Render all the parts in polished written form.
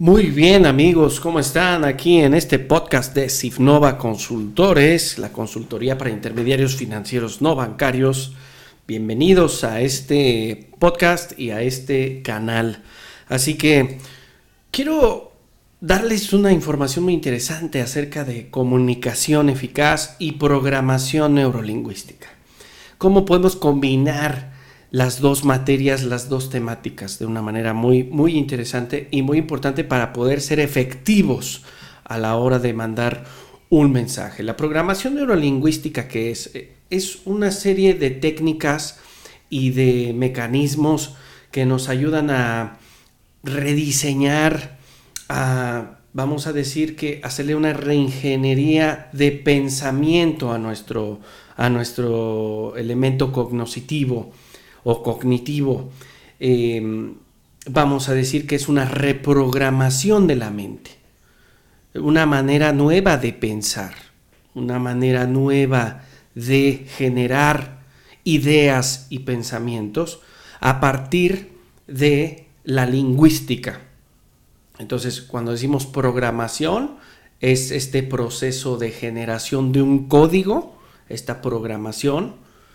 Muy bien, amigos, ¿cómo están? Aquí en este podcast de Cifnova Consultores, la consultoría para intermediarios financieros no bancarios. Bienvenidos a este podcast y a este canal. Así que quiero darles una información muy interesante acerca de comunicación eficaz y programación neurolingüística. ¿Cómo podemos combinar las dos materias, las dos temáticas de una manera muy interesante y muy importante para poder ser efectivos a la hora de mandar un mensaje? La programación neurolingüística, que es una serie de técnicas y de mecanismos que nos ayudan a rediseñar, vamos a decir que hacerle una reingeniería de pensamiento a nuestro elemento cognoscitivo o cognitivo. Vamos a decir que es una reprogramación de la mente, una manera nueva de pensar, una manera nueva de generar ideas y pensamientos a partir de la lingüística. Entonces, cuando decimos programación, es este proceso de generación de un código, esta programación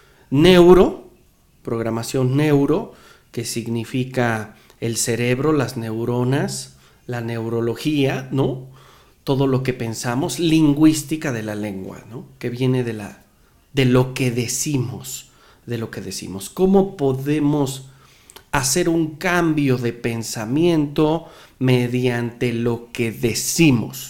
neuro, que significa el cerebro, las neuronas, la neurología, ¿no? Todo lo que pensamos, lingüística de la lengua, ¿no? Que viene de lo que decimos, ¿Cómo podemos hacer un cambio de pensamiento mediante lo que decimos?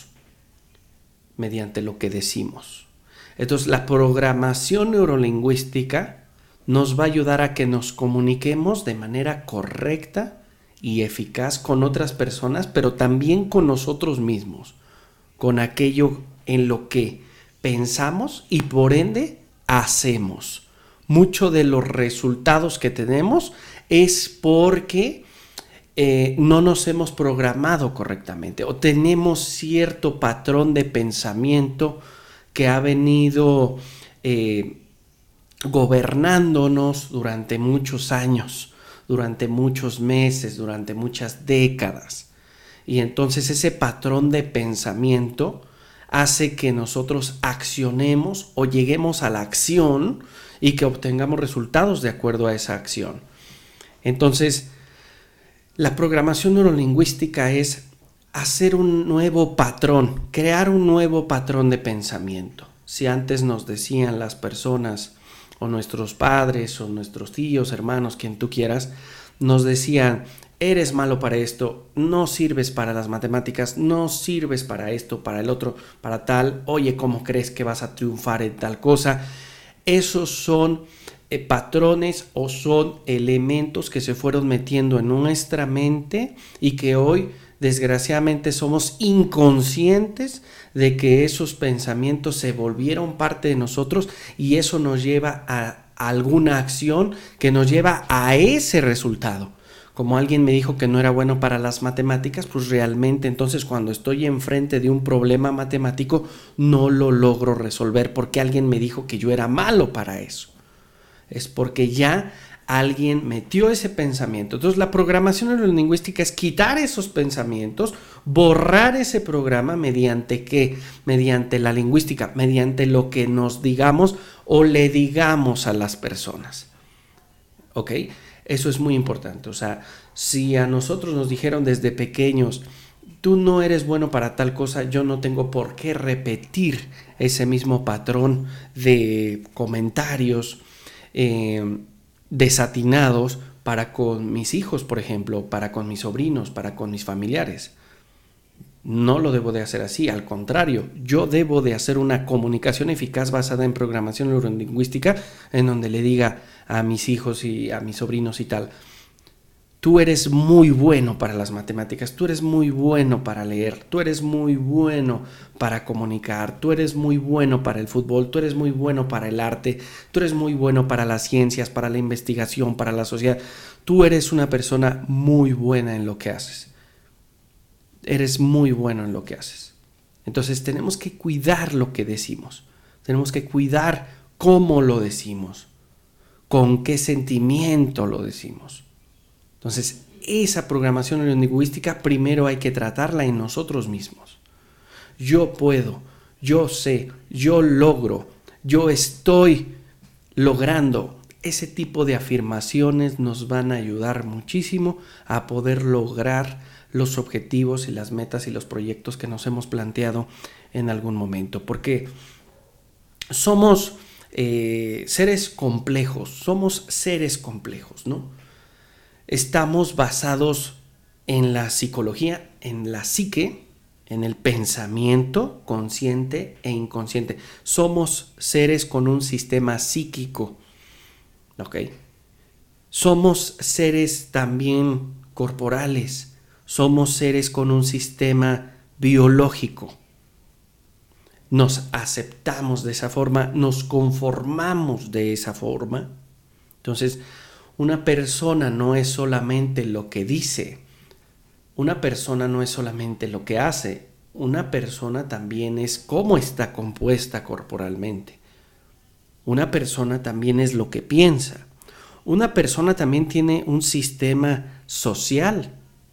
Entonces, la programación neurolingüística nos va a ayudar a que nos comuniquemos de manera correcta y eficaz con otras personas, pero también con nosotros mismos, con aquello en lo que pensamos y por ende hacemos. Muchos de los resultados que tenemos es porque no nos hemos programado correctamente o tenemos cierto patrón de pensamiento que ha venido gobernándonos durante muchos años, durante muchos meses, durante muchas décadas. Y entonces ese patrón de pensamiento hace que nosotros accionemos o lleguemos a la acción y que obtengamos resultados de acuerdo a esa acción. Entonces, la programación neurolingüística es hacer un nuevo patrón, crear un nuevo patrón de pensamiento. Si antes nos decían las personas o nuestros padres o nuestros tíos, hermanos, quien tú quieras, nos decían: eres malo para esto, no sirves para las matemáticas, no sirves para esto, para el otro, para tal, oye, ¿cómo crees que vas a triunfar en tal cosa? Esos son patrones o son elementos que se fueron metiendo en nuestra mente y que hoy desgraciadamente somos inconscientes de que esos pensamientos se volvieron parte de nosotros y eso nos lleva a alguna acción que nos lleva a ese resultado. Como alguien me dijo que no era bueno para las matemáticas, pues realmente entonces cuando estoy enfrente de un problema matemático no lo logro resolver porque alguien me dijo que yo era malo para eso. Es porque ya alguien metió ese pensamiento. Entonces la programación neurolingüística es quitar esos pensamientos, borrar ese programa mediante ¿qué? Mediante la lingüística, mediante lo que nos digamos o le digamos a las personas. ¿Ok? Eso es muy importante. O sea, si a nosotros nos dijeron desde pequeños: tú no eres bueno para tal cosa, yo no tengo por qué repetir ese mismo patrón de comentarios desatinados para con mis hijos, por ejemplo, para con mis sobrinos, para con mis familiares. No lo debo de hacer así, al contrario, yo debo de hacer una comunicación eficaz basada en programación neurolingüística en donde le diga a mis hijos y a mis sobrinos y tal: tú eres muy bueno para las matemáticas, tú eres muy bueno para leer, tú eres muy bueno para comunicar, tú eres muy bueno para el fútbol, tú eres muy bueno para el arte, tú eres muy bueno para las ciencias, para la investigación, para la sociedad. Tú eres una persona muy buena en lo que haces. Eres muy bueno en lo que haces. Entonces tenemos que cuidar lo que decimos. Tenemos que cuidar cómo lo decimos, con qué sentimiento lo decimos. Entonces, esa programación neurolingüística primero hay que tratarla en nosotros mismos. Yo puedo, yo sé, yo logro, yo estoy logrando. Ese tipo de afirmaciones nos van a ayudar muchísimo a poder lograr los objetivos y las metas y los proyectos que nos hemos planteado en algún momento. Porque somos seres complejos, ¿no? Estamos basados en la psicología, en la psique, en el pensamiento consciente e inconsciente. Somos seres con un sistema psíquico, ¿ok? Somos seres también corporales, somos seres con un sistema biológico. Nos aceptamos de esa forma, nos conformamos de esa forma. Entonces, una persona no es solamente lo que dice, una persona no es solamente lo que hace, una persona también es cómo está compuesta corporalmente. Una persona también es lo que piensa. Una persona también tiene un sistema social,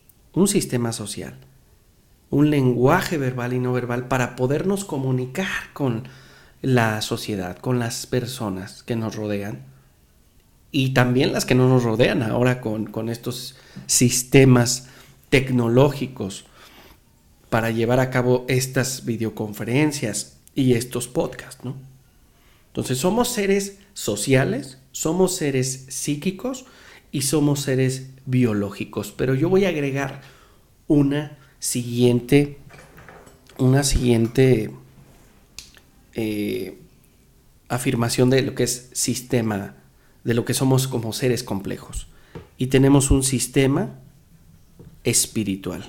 un lenguaje verbal y no verbal para podernos comunicar con la sociedad, con las personas que nos rodean y también las que no nos rodean ahora con estos sistemas tecnológicos para llevar a cabo estas videoconferencias y estos podcasts, ¿no? Entonces somos seres sociales, somos seres psíquicos y somos seres biológicos. Pero yo voy a agregar una siguiente afirmación de lo que es sistema, de lo que somos como seres complejos. Y tenemos un sistema espiritual.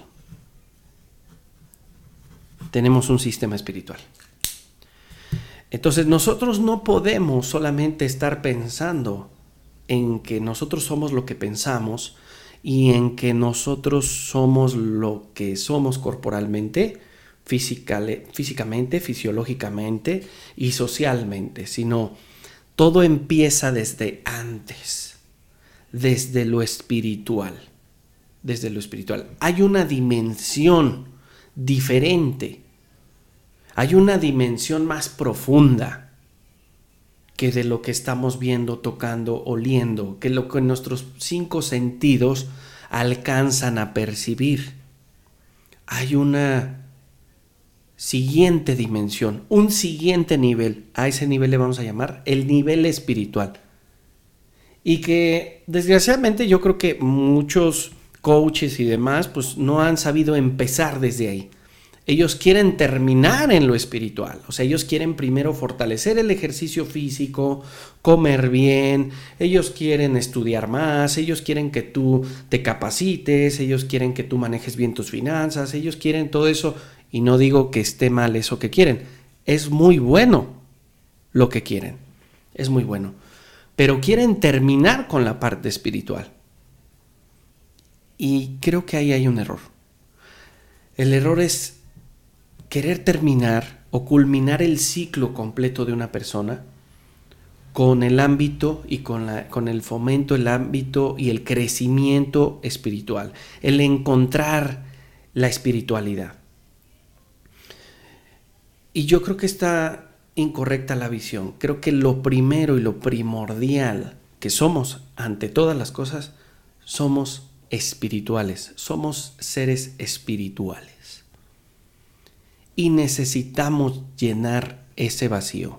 Tenemos un sistema espiritual. Entonces nosotros no podemos solamente estar pensando en que nosotros somos lo que pensamos y en que nosotros somos lo que somos corporalmente, físicamente, fisiológicamente y socialmente, sino todo empieza desde antes, desde lo espiritual. Desde lo espiritual. Hay una dimensión diferente. Hay una dimensión más profunda que de lo que estamos viendo, tocando, oliendo, que lo que nuestros 5 sentidos alcanzan a percibir. Hay una siguiente dimensión, un siguiente nivel. A ese nivel le vamos a llamar el nivel espiritual. Y que desgraciadamente yo creo que muchos coaches y demás pues no han sabido empezar desde ahí. Ellos quieren terminar en lo espiritual, o sea, ellos quieren primero fortalecer el ejercicio físico, comer bien, ellos quieren estudiar más, ellos quieren que tú te capacites, ellos quieren que tú manejes bien tus finanzas, ellos quieren todo eso, y no digo que esté mal eso que quieren, es muy bueno lo que quieren, es muy bueno, pero quieren terminar con la parte espiritual. Y creo que ahí hay un error. El error es querer terminar o culminar el ciclo completo de una persona con el ámbito y con el fomento, el ámbito y el crecimiento espiritual, el encontrar la espiritualidad. Y yo creo que está incorrecta la visión. Creo que lo primero y lo primordial que somos ante todas las cosas, somos espirituales, somos seres espirituales. Y necesitamos llenar ese vacío.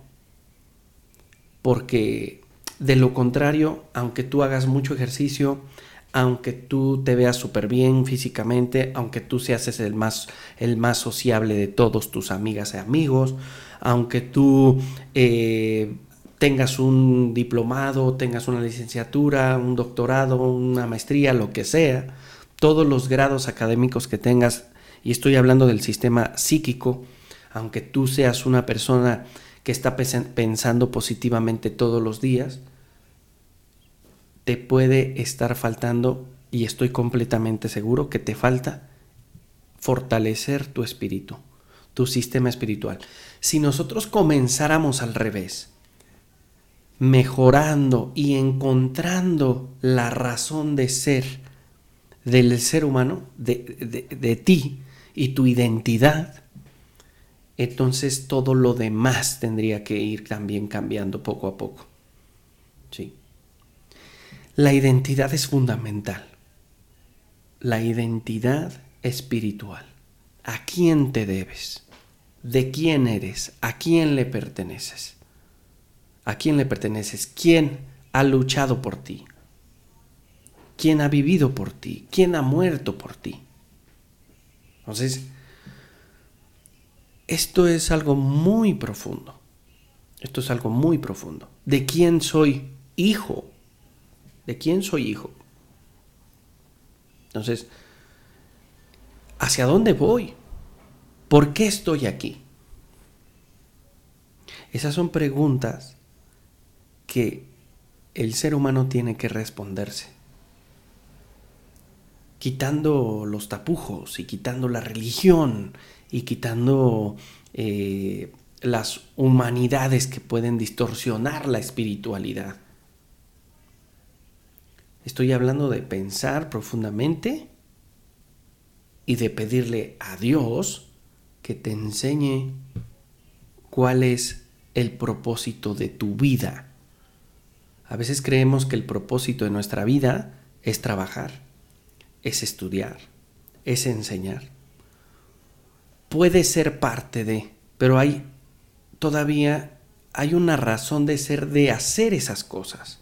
Porque de lo contrario, aunque tú hagas mucho ejercicio, aunque tú te veas súper bien físicamente, aunque tú seas el más sociable de todos tus amigas y amigos, aunque tú tengas un diplomado, tengas una licenciatura, un doctorado, una maestría, lo que sea, todos los grados académicos que tengas, y estoy hablando del sistema psíquico, aunque tú seas una persona que está pensando positivamente todos los días, te puede estar faltando, y estoy completamente seguro que te falta fortalecer tu espíritu, tu sistema espiritual. Si nosotros comenzáramos al revés, mejorando y encontrando la razón de ser del ser humano, de ti y tu identidad, entonces todo lo demás tendría que ir también cambiando poco a poco. ¿Sí? La identidad es fundamental. La identidad espiritual. ¿A quién te debes? ¿De quién eres? ¿A quién le perteneces? ¿A quién le perteneces? ¿Quién ha luchado por ti? ¿Quién ha vivido por ti? ¿Quién ha muerto por ti? Entonces, esto es algo muy profundo. Esto es algo muy profundo. ¿De quién soy hijo? ¿De quién soy hijo? Entonces, ¿hacia dónde voy? ¿Por qué estoy aquí? Esas son preguntas que el ser humano tiene que responderse. Quitando los tapujos y quitando la religión y quitando las humanidades que pueden distorsionar la espiritualidad. Estoy hablando de pensar profundamente y de pedirle a Dios que te enseñe cuál es el propósito de tu vida. A veces creemos que el propósito de nuestra vida es trabajar, es estudiar, es enseñar. Puede ser parte de, pero todavía hay una razón de ser, de hacer esas cosas.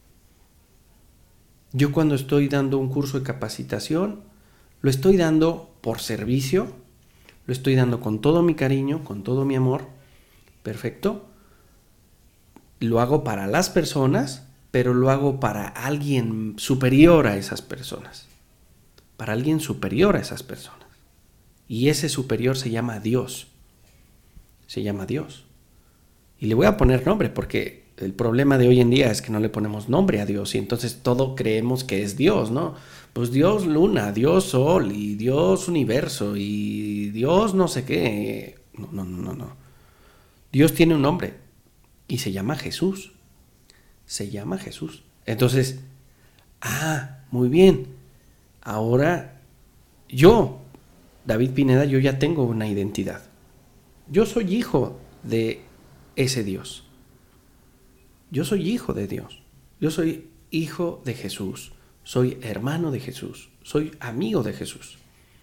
Yo cuando estoy dando un curso de capacitación, lo estoy dando por servicio, lo estoy dando con todo mi cariño, con todo mi amor, perfecto. Lo hago para las personas, pero lo hago para alguien superior a esas personas. Para alguien superior a esas personas. Y ese superior se llama Dios. Se llama Dios. Y le voy a poner nombre porque el problema de hoy en día es que no le ponemos nombre a Dios y entonces todo creemos que es Dios, ¿no? Pues Dios luna, Dios sol y Dios universo y Dios no sé qué. No. Dios tiene un nombre y se llama Jesús. Se llama Jesús. Entonces, muy bien. Ahora yo, David Pineda, yo ya tengo una identidad. Yo soy hijo de ese Dios. Yo soy hijo de Dios. Yo soy hijo de Jesús. Soy hermano de Jesús. Soy amigo de Jesús.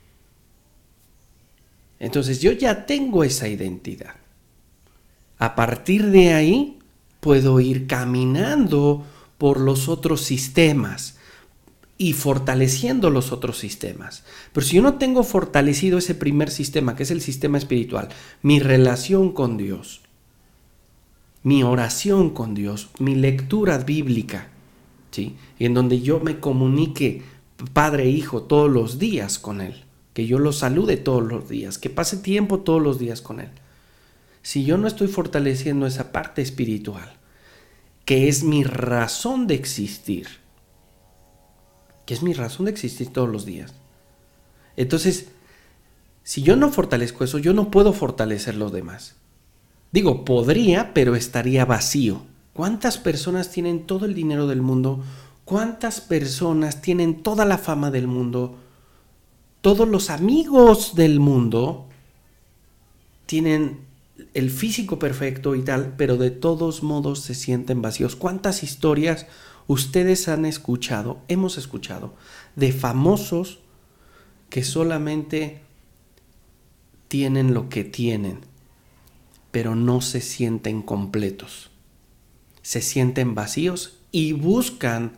Entonces yo ya tengo esa identidad. A partir de ahí puedo ir caminando por los otros sistemas y fortaleciendo los otros sistemas. Pero si yo no tengo fortalecido ese primer sistema, que es el sistema espiritual, mi relación con Dios, mi oración con Dios, mi lectura bíblica, ¿sí? Y en donde yo me comunique padre e hijo todos los días con Él, que yo lo salude todos los días, que pase tiempo todos los días con Él. Si yo no estoy fortaleciendo esa parte espiritual, que es mi razón de existir, todos los días, entonces, si yo no fortalezco eso, yo no puedo fortalecer los demás. Digo, podría, pero estaría vacío. ¿Cuántas personas tienen todo el dinero del mundo? ¿Cuántas personas tienen toda la fama del mundo? Todos los amigos del mundo tienen el físico perfecto y tal, pero de todos modos se sienten vacíos. ¿Cuántas historias ustedes han escuchado, hemos escuchado, de famosos que solamente tienen lo que tienen, pero no se sienten completos? Se sienten vacíos y buscan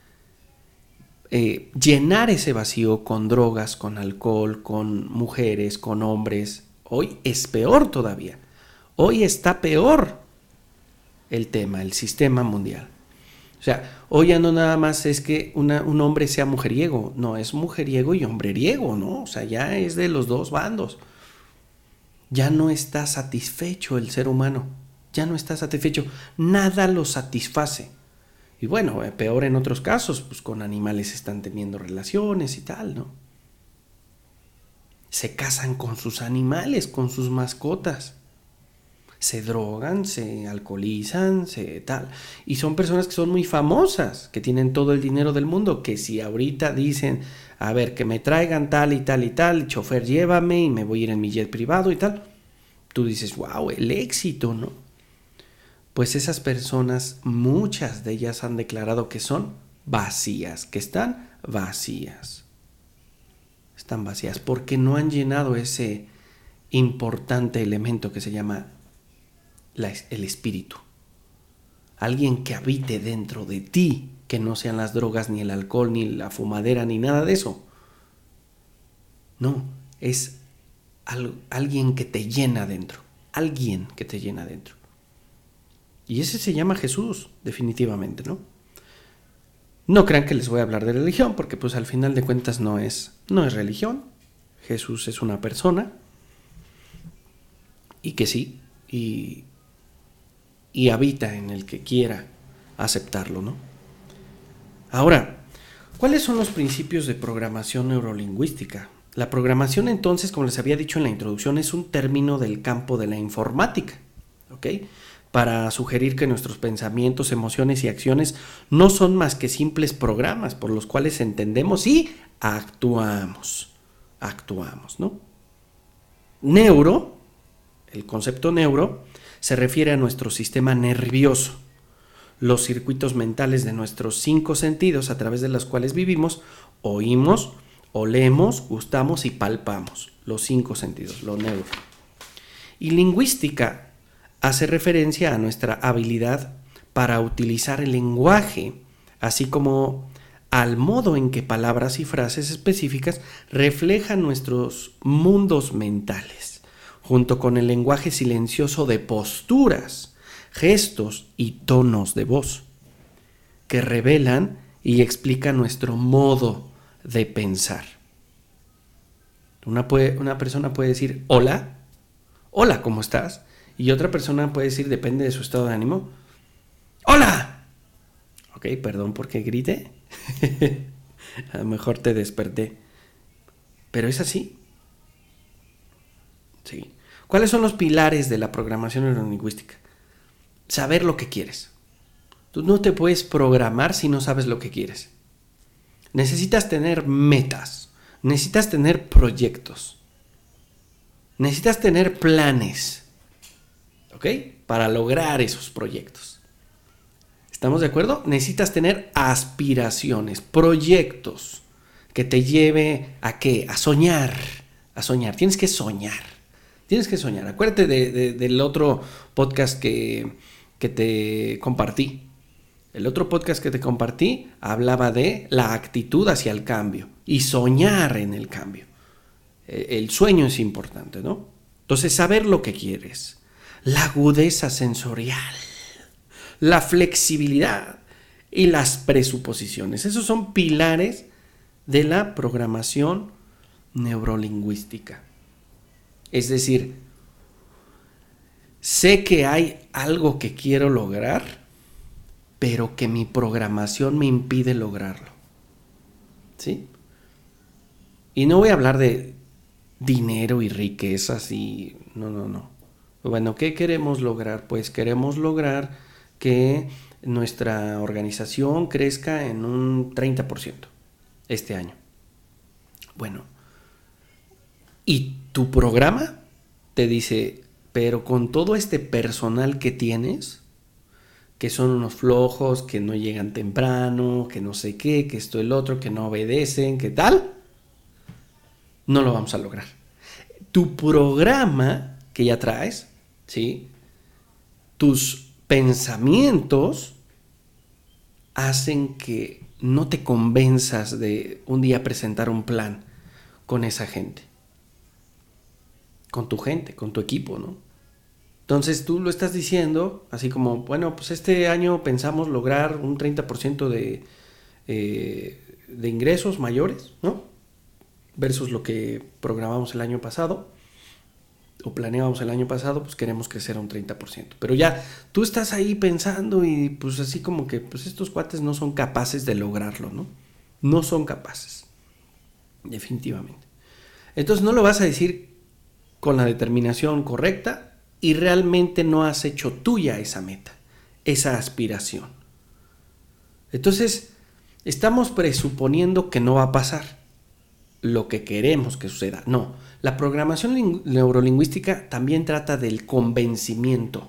llenar ese vacío con drogas, con alcohol, con mujeres, con hombres. Hoy es peor todavía. Hoy está peor el tema, el sistema mundial. O sea, hoy ya no nada más es que un hombre sea mujeriego. No, es mujeriego y hombreriego, ¿no? O sea, ya es de los dos bandos. Ya no está satisfecho el ser humano. Ya no está satisfecho. Nada lo satisface. Y bueno, peor en otros casos, pues con animales están teniendo relaciones y tal, ¿no? Se casan con sus animales, con sus mascotas. se drogan, se alcoholizan, tal. Y son personas que son muy famosas, que tienen todo el dinero del mundo, que si ahorita dicen, a ver, que me traigan tal y tal y tal, chofer llévame y me voy a ir en mi jet privado y tal, tú dices, wow, el éxito, ¿no? Pues esas personas, muchas de ellas han declarado que son vacías, que están vacías. Están vacías porque no han llenado ese importante elemento que se llama el espíritu. Alguien que habite dentro de ti, que no sean las drogas, ni el alcohol, ni la fumadera, ni nada de eso. No, es alguien que te llena dentro. Alguien que te llena dentro. Y ese se llama Jesús, definitivamente, ¿no? No crean que les voy a hablar de religión, porque pues al final de cuentas no es religión. Jesús es una persona. Y que sí, y habita en el que quiera aceptarlo, ¿no? Ahora, ¿cuáles son los principios de programación neurolingüística? La programación, entonces, como les había dicho en la introducción, es un término del campo de la informática, ¿ok? Para sugerir que nuestros pensamientos, emociones y acciones no son más que simples programas por los cuales entendemos y actuamos, ¿no? El concepto neuro se refiere a nuestro sistema nervioso, los circuitos mentales de nuestros 5 sentidos a través de los cuales vivimos, oímos, olemos, gustamos y palpamos. Los 5 sentidos, lo neuro. Y lingüística hace referencia a nuestra habilidad para utilizar el lenguaje, así como al modo en que palabras y frases específicas reflejan nuestros mundos mentales, junto con el lenguaje silencioso de posturas, gestos y tonos de voz, que revelan y explican nuestro modo de pensar. Una persona puede decir hola, ¿cómo estás? Y otra persona puede decir, depende de su estado de ánimo, ¡hola! Ok, perdón porque grité. A lo mejor te desperté. Pero es así. Sí. ¿Cuáles son los pilares de la programación neurolingüística? Saber lo que quieres. Tú no te puedes programar si no sabes lo que quieres. Necesitas tener metas. Necesitas tener proyectos. Necesitas tener planes. ¿Ok? Para lograr esos proyectos. ¿Estamos de acuerdo? Necesitas tener aspiraciones, proyectos que te lleve ¿a qué? A soñar. A soñar. Tienes que soñar. Acuérdate del otro podcast que te compartí. El otro podcast que te compartí hablaba de la actitud hacia el cambio y soñar en el cambio. El sueño es importante, ¿no? Entonces, saber lo que quieres. La agudeza sensorial. La flexibilidad y las presuposiciones. Esos son pilares de la programación neurolingüística. Es decir, sé que hay algo que quiero lograr, pero que mi programación me impide lograrlo. ¿Sí? Y no voy a hablar de dinero y riquezas y... No. Bueno, ¿qué queremos lograr? Pues queremos lograr que nuestra organización crezca en un 30% este año. Bueno, y tu programa te dice, pero con todo este personal que tienes, que son unos flojos, que no llegan temprano, que no sé qué, que esto, el otro, que no obedecen, ¿qué tal? No lo vamos a lograr. Tu programa que ya traes, ¿sí? Tus pensamientos hacen que no te convenzas de un día presentar un plan con esa gente. Con tu gente, con tu equipo, ¿no? Entonces tú lo estás diciendo así como, bueno, pues este año pensamos lograr un 30% de ingresos mayores, ¿no? Versus lo que programamos el año pasado o planeábamos el año pasado, pues queremos crecer a un 30%. Pero ya tú estás ahí pensando y pues así como que pues estos cuates no son capaces de lograrlo, ¿no? No son capaces, definitivamente. Entonces no lo vas a decir con la determinación correcta y realmente no has hecho tuya esa meta, esa aspiración. Entonces, estamos presuponiendo que no va a pasar lo que queremos que suceda. No, la programación neurolingüística también trata del convencimiento.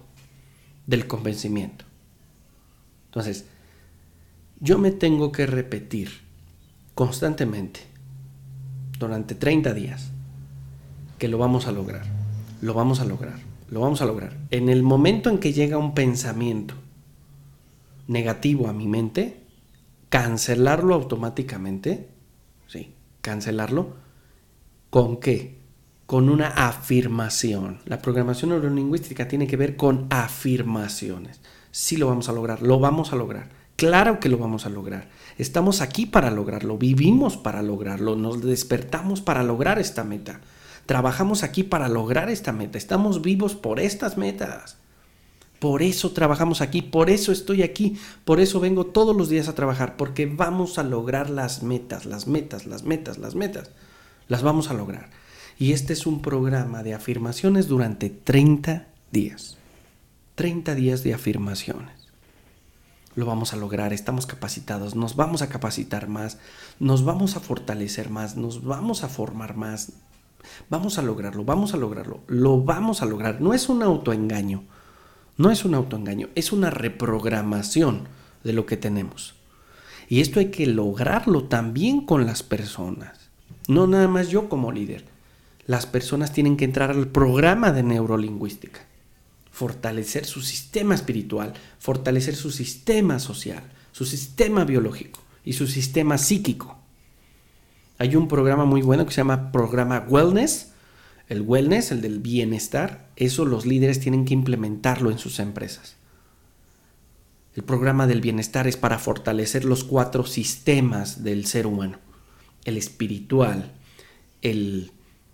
Entonces, yo me tengo que repetir constantemente durante 30 días que lo vamos a lograr, lo vamos a lograr, lo vamos a lograr. En el momento en que llega un pensamiento negativo a mi mente, cancelarlo automáticamente, sí, cancelarlo. ¿Con qué? Con una afirmación. La programación neurolingüística tiene que ver con afirmaciones. Sí lo vamos a lograr, lo vamos a lograr. Claro que lo vamos a lograr. Estamos aquí para lograrlo, vivimos para lograrlo, nos despertamos para lograr esta meta. Trabajamos aquí para lograr esta meta, estamos vivos por estas metas. Por eso trabajamos aquí, por eso estoy aquí, por eso vengo todos los días a trabajar, porque vamos a lograr las metas. Las vamos a lograr. Y este es un programa de afirmaciones durante 30 días. 30 días de afirmaciones. Lo vamos a lograr, estamos capacitados, nos vamos a capacitar más, nos vamos a fortalecer más, nos vamos a formar más. Vamos a lograrlo, lo vamos a lograr. No es un autoengaño. No es un autoengaño, es una reprogramación de lo que tenemos. Y esto hay que lograrlo también con las personas. No nada más yo como líder. Las personas tienen que entrar al programa de neurolingüística. Fortalecer su sistema espiritual, fortalecer su sistema social, su sistema biológico y su sistema psíquico. Hay un programa muy bueno que se llama programa Wellness. El wellness, el del bienestar, eso los líderes tienen que implementarlo en sus empresas. El programa del bienestar es para fortalecer los 4 sistemas del ser humano. El espiritual, el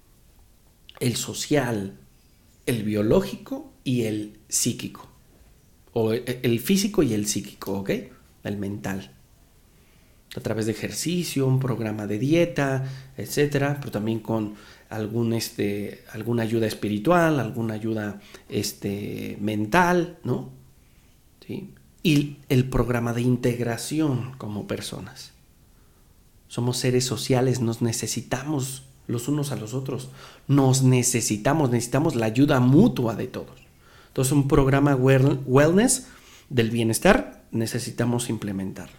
social, el biológico y el psíquico. O el físico y el psíquico, ¿ok? El mental. A través de ejercicio, un programa de dieta, etcétera, pero también con alguna ayuda espiritual, alguna ayuda mental, ¿no? ¿Sí? Y el programa de integración como personas. Somos seres sociales, nos necesitamos los unos a los otros. Necesitamos la ayuda mutua de todos. Entonces, un programa wellness del bienestar necesitamos implementarlo.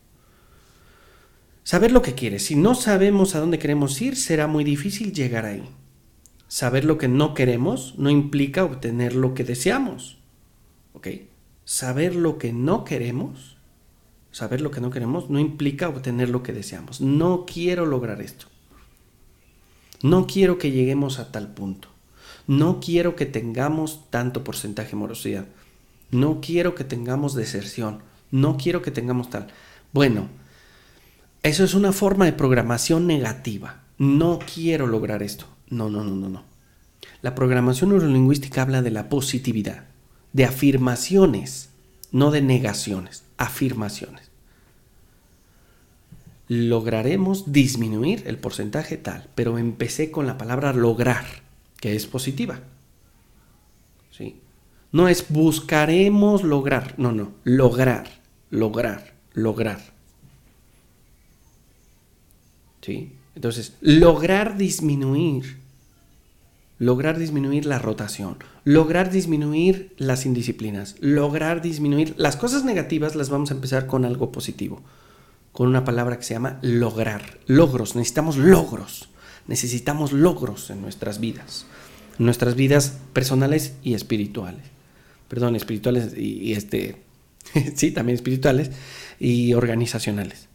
Saber lo que quieres. Si no sabemos a dónde queremos ir, será muy difícil llegar ahí. Saber lo que no queremos no implica obtener lo que deseamos. ¿Ok? Saber lo que no queremos no implica obtener lo que deseamos. No quiero lograr esto. No quiero que lleguemos a tal punto. No quiero que tengamos tanto porcentaje de morosidad. No quiero que tengamos deserción. No quiero que tengamos tal. Bueno, eso es una forma de programación negativa. No quiero lograr esto. No. La programación neurolingüística habla de la positividad, de afirmaciones, no de negaciones, afirmaciones. Lograremos disminuir el porcentaje tal, pero empecé con la palabra lograr, que es positiva. ¿Sí? No es buscaremos lograr, no, lograr. ¿Sí? Entonces, lograr disminuir la rotación, lograr disminuir las indisciplinas, lograr disminuir las cosas negativas. Las vamos a empezar con algo positivo, con una palabra que se llama lograr. Logros, necesitamos logros en nuestras vidas personales y espirituales. Perdón, espirituales y sí, también espirituales y organizacionales.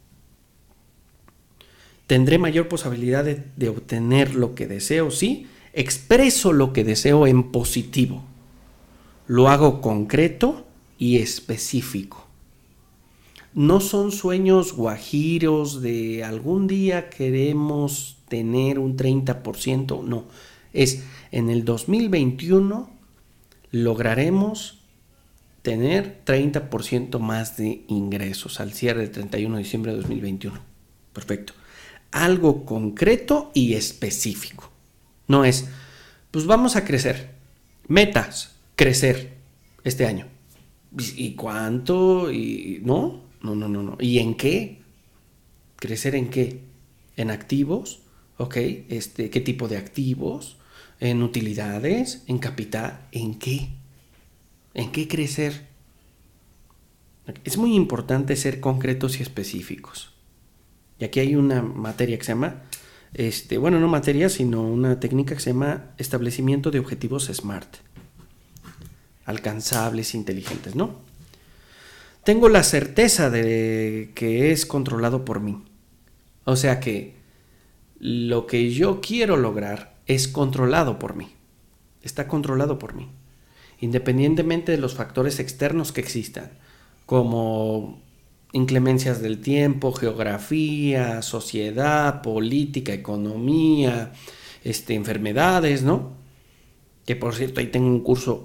Tendré mayor posibilidad de obtener lo que deseo, sí. Expreso lo que deseo en positivo. Lo hago concreto y específico. No son sueños guajiros de algún día queremos tener un 30%, no. Es en el 2021 lograremos tener 30% más de ingresos al cierre del 31 de diciembre de 2021. Perfecto. Algo concreto y específico. No es, pues vamos a crecer. Metas. crecer este año. ¿Y cuánto? No. ¿Y en qué? ¿Crecer en qué? ¿En activos? ¿Ok? ¿Qué tipo de activos? ¿En utilidades? ¿En capital? ¿En qué? ¿En qué crecer? Es muy importante ser concretos y específicos. Y aquí hay una materia que se llama, no materia, sino una técnica que se llama establecimiento de objetivos SMART. Alcanzables, inteligentes, ¿no? Tengo la certeza de que es controlado por mí. O sea que lo que yo quiero lograr es controlado por mí. Está controlado por mí. Independientemente de los factores externos que existan, como inclemencias del tiempo, geografía, sociedad, política, economía, enfermedades, ¿no? Que por cierto, ahí tengo un curso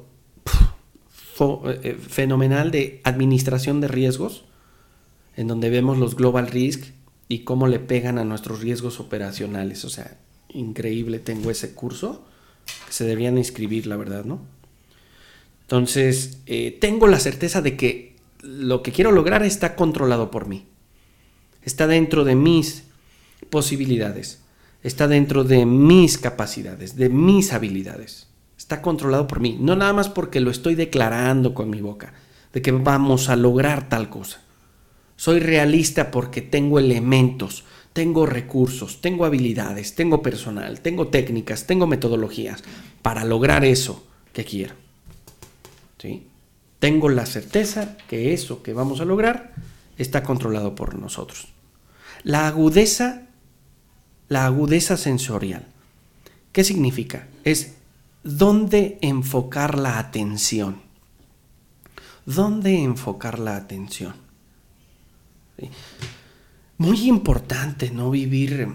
fenomenal de administración de riesgos, en donde vemos los global risk y cómo le pegan a nuestros riesgos operacionales. O sea, increíble, tengo ese curso que se deberían inscribir, la verdad, ¿no? Entonces, tengo la certeza de que lo que quiero lograr está controlado por mí. Está dentro de mis posibilidades. Está dentro de mis capacidades, de mis habilidades. Está controlado por mí. No nada más porque lo estoy declarando con mi boca, de que vamos a lograr tal cosa. Soy realista porque tengo elementos, tengo recursos, tengo habilidades, tengo personal, tengo técnicas, tengo metodologías para lograr eso que quiero. ¿Sí? Tengo la certeza que eso que vamos a lograr está controlado por nosotros. La agudeza sensorial. ¿Qué significa? Es dónde enfocar la atención. ¿Dónde enfocar la atención? ¿Sí? Muy importante no vivir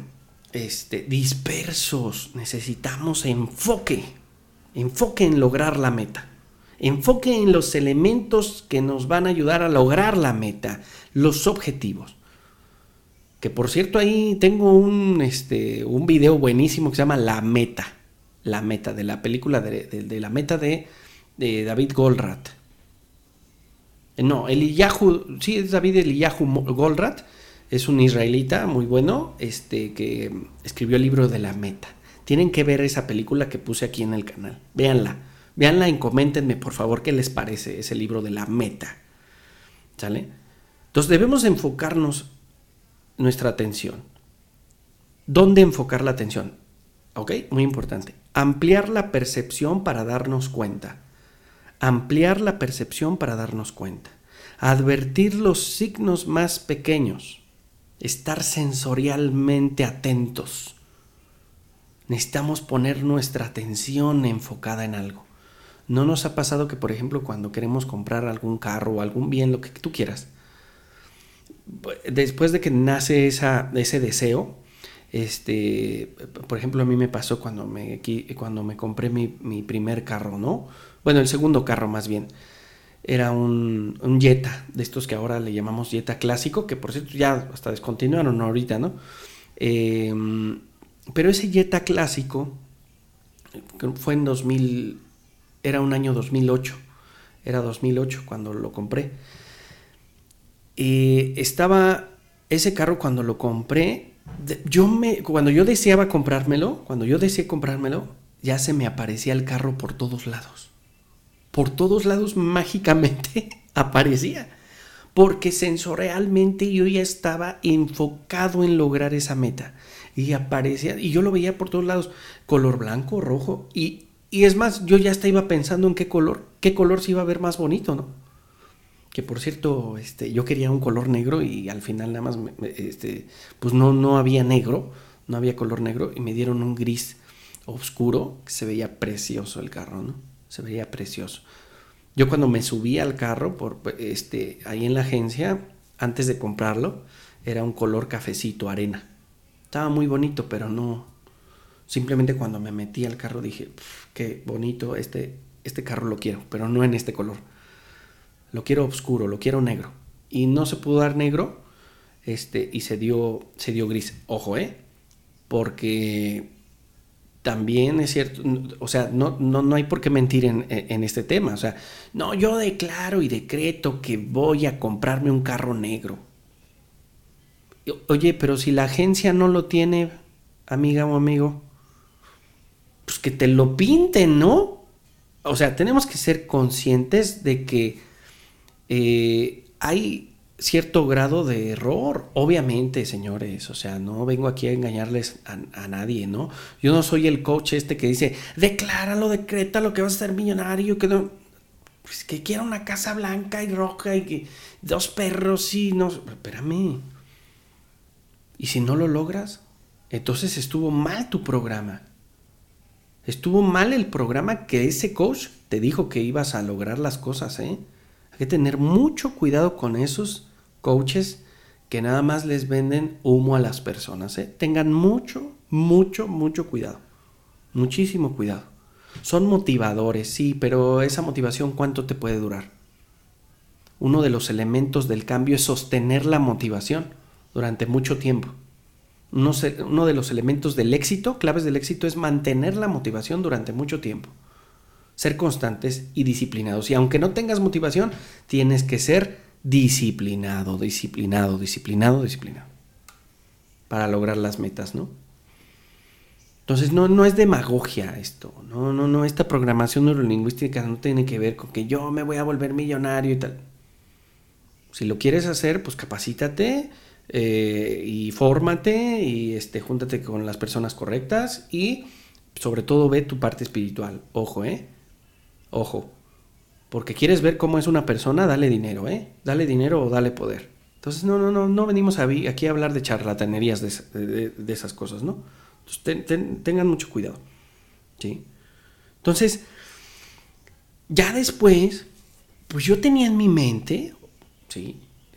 dispersos. Necesitamos enfoque en lograr la meta. Enfoque en los elementos que nos van a ayudar a lograr la meta, los objetivos. Que por cierto ahí tengo un video buenísimo que se llama La Meta, de la película de La Meta de David Goldratt. No, sí es David Eliyahu Goldratt, es un israelita muy bueno, que escribió el libro de La Meta. Tienen que ver esa película que puse aquí en el canal, véanla y coméntenme por favor qué les parece ese libro de La Meta, ¿sale? Entonces debemos enfocarnos nuestra atención. ¿Dónde enfocar la atención? ¿Ok? Muy importante. Ampliar la percepción para darnos cuenta. Ampliar la percepción para darnos cuenta. Advertir los signos más pequeños. Estar sensorialmente atentos. Necesitamos poner nuestra atención enfocada en algo. ¿No nos ha pasado que, por ejemplo, cuando queremos comprar algún carro o algún bien, lo que tú quieras, después de que nace ese deseo, por ejemplo, a mí me pasó cuando me compré mi primer carro, ¿no? Bueno, el segundo carro más bien. Era un Jetta, de estos que ahora le llamamos Jetta clásico, que por cierto ya hasta descontinuaron ahorita, ¿no? Pero ese Jetta clásico fue en 2000, era un año 2008, era 2008 cuando lo compré. Estaba ese carro cuando lo compré, cuando yo deseé comprármelo, ya se me aparecía el carro por todos lados. Por todos lados mágicamente aparecía, porque sensorialmente yo ya estaba enfocado en lograr esa meta y aparecía, y yo lo veía por todos lados, color blanco, rojo, y es más, yo ya iba pensando en qué color se iba a ver más bonito, ¿no? Que por cierto, yo quería un color negro y al final nada más, pues no había negro, no había color negro y me dieron un gris oscuro que se veía precioso el carro, ¿no? Se veía precioso. Yo cuando me subí al carro, ahí en la agencia, antes de comprarlo, era un color cafecito, arena. Estaba muy bonito, pero no. Simplemente cuando me metí al carro dije, qué bonito, este carro lo quiero, pero no en este color. Lo quiero oscuro, lo quiero negro. Y no se pudo dar negro, y se dio gris. Ojo, porque también es cierto, o sea, no hay por qué mentir en este tema. O sea, no, yo declaro y decreto que voy a comprarme un carro negro. Oye, pero si la agencia no lo tiene, amiga o amigo, pues que te lo pinten, ¿no? O sea, tenemos que ser conscientes de que hay cierto grado de error, obviamente, señores. O sea, no vengo aquí a engañarles a nadie, ¿no? Yo no soy el coach este que dice, decláralo, decrétalo, que vas a ser millonario, que no, pues que quiera una casa blanca y roja y que 2 perros y no, espérame. Y si no lo logras, entonces estuvo mal tu programa. Estuvo mal el programa que ese coach te dijo que ibas a lograr las cosas, ¿eh? Hay que tener mucho cuidado con esos coaches que nada más les venden humo a las personas, ¿eh? Tengan mucho cuidado. Muchísimo cuidado. Son motivadores, sí, pero esa motivación, ¿cuánto te puede durar? Uno de los elementos del cambio es sostener la motivación durante mucho tiempo. Uno de los elementos del éxito, claves del éxito, es mantener la motivación durante mucho tiempo. Ser constantes y disciplinados. Y aunque no tengas motivación, tienes que ser disciplinado para lograr las metas, ¿no? Entonces no es demagogia esto, no, esta programación neurolingüística no tiene que ver con que yo me voy a volver millonario y tal. Si lo quieres hacer, pues capacítate y fórmate y júntate con las personas correctas y sobre todo ve tu parte espiritual. Ojo, ojo, porque quieres ver cómo es una persona, dale dinero, dale dinero o dale poder. Entonces no venimos aquí a hablar de charlatanerías de esas cosas, ¿no? Entonces, tengan mucho cuidado, ¿sí? Entonces, ya después, pues yo tenía en mi mente, ¿sí?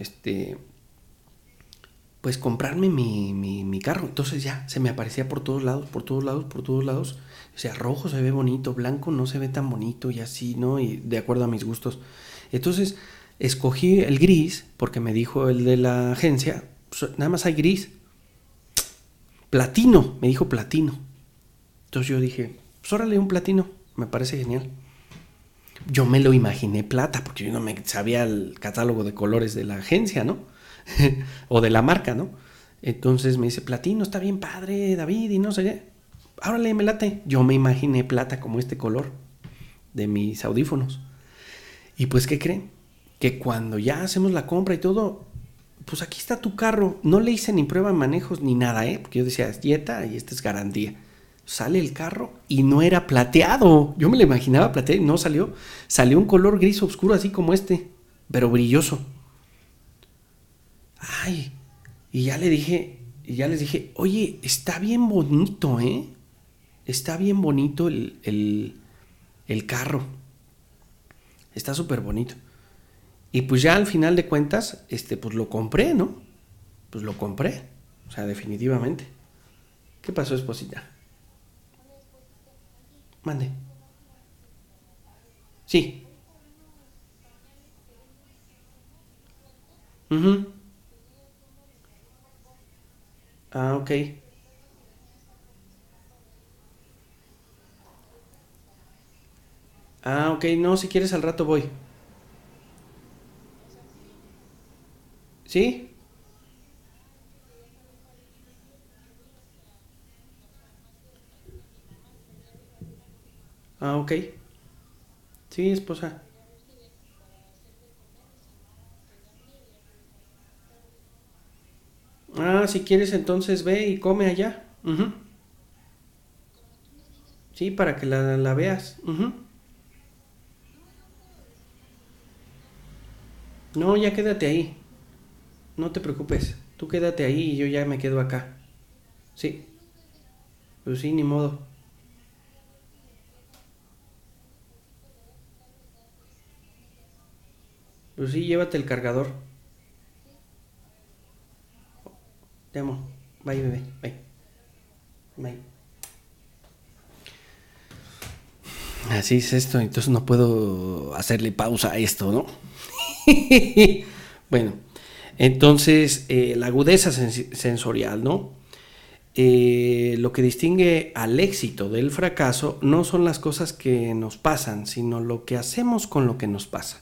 Pues comprarme mi carro. Entonces ya se me aparecía por todos lados. O sea, rojo se ve bonito, blanco no se ve tan bonito y así, ¿no? Y de acuerdo a mis gustos. Entonces escogí el gris porque me dijo el de la agencia, pues, nada más hay gris. Platino, me dijo platino. Entonces yo dije, pues órale, un platino, me parece genial. Yo me lo imaginé plata porque yo no me sabía el catálogo de colores de la agencia, ¿no? O de la marca, ¿no? Entonces me dice, platino, está bien padre, David, y no sé qué. Órale, me late. Yo me imaginé plata como este color de mis audífonos. Y pues, ¿qué creen? Que cuando ya hacemos la compra y todo, pues aquí está tu carro. No le hice ni prueba de manejos ni nada, porque yo decía, es dieta y esta es garantía. Sale el carro y no era plateado. Yo me lo imaginaba plateado y no salió. Salió un color gris oscuro así como este, pero brilloso. Ay, y ya les dije, oye, está bien bonito, está bien bonito el carro, está súper bonito. Y pues ya al final de cuentas, pues lo compré, ¿no? Pues lo compré, o sea, definitivamente. ¿Qué pasó, esposita? Mande. Sí. Uh-huh. Ah, ok. Ah, ok, no, si quieres al rato voy. ¿Sí? Ah, ok. Sí, esposa. Ah, si quieres entonces ve y come allá. Ujú. Sí, para que la veas. Ujú. No, ya quédate ahí. No te preocupes. Tú quédate ahí y yo ya me quedo acá. Sí, pues sí, ni modo. Pues sí, llévate el cargador. Te amo. Bye, bebé. Bye. Bye. Así es esto, entonces no puedo hacerle pausa a esto, ¿no? Bueno, entonces la agudeza sensorial, ¿no? lo que distingue al éxito del fracaso no son las cosas que nos pasan, sino lo que hacemos con lo que nos pasa.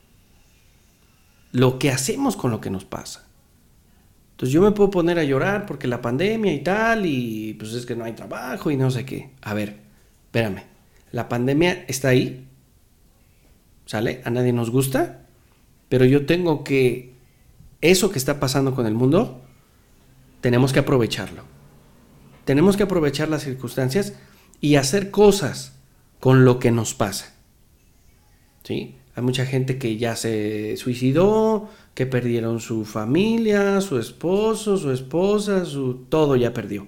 Lo que hacemos con lo que nos pasa. Entonces yo me puedo poner a llorar porque la pandemia y tal, y pues es que no hay trabajo y no sé qué. A ver, espérame. La pandemia está ahí, ¿sale? A nadie nos gusta, pero yo tengo que, eso que está pasando con el mundo, tenemos que aprovecharlo. Tenemos que aprovechar las circunstancias y hacer cosas con lo que nos pasa. ¿Sí? Hay mucha gente que ya se suicidó, que perdieron su familia, su esposo, su esposa, todo ya perdió.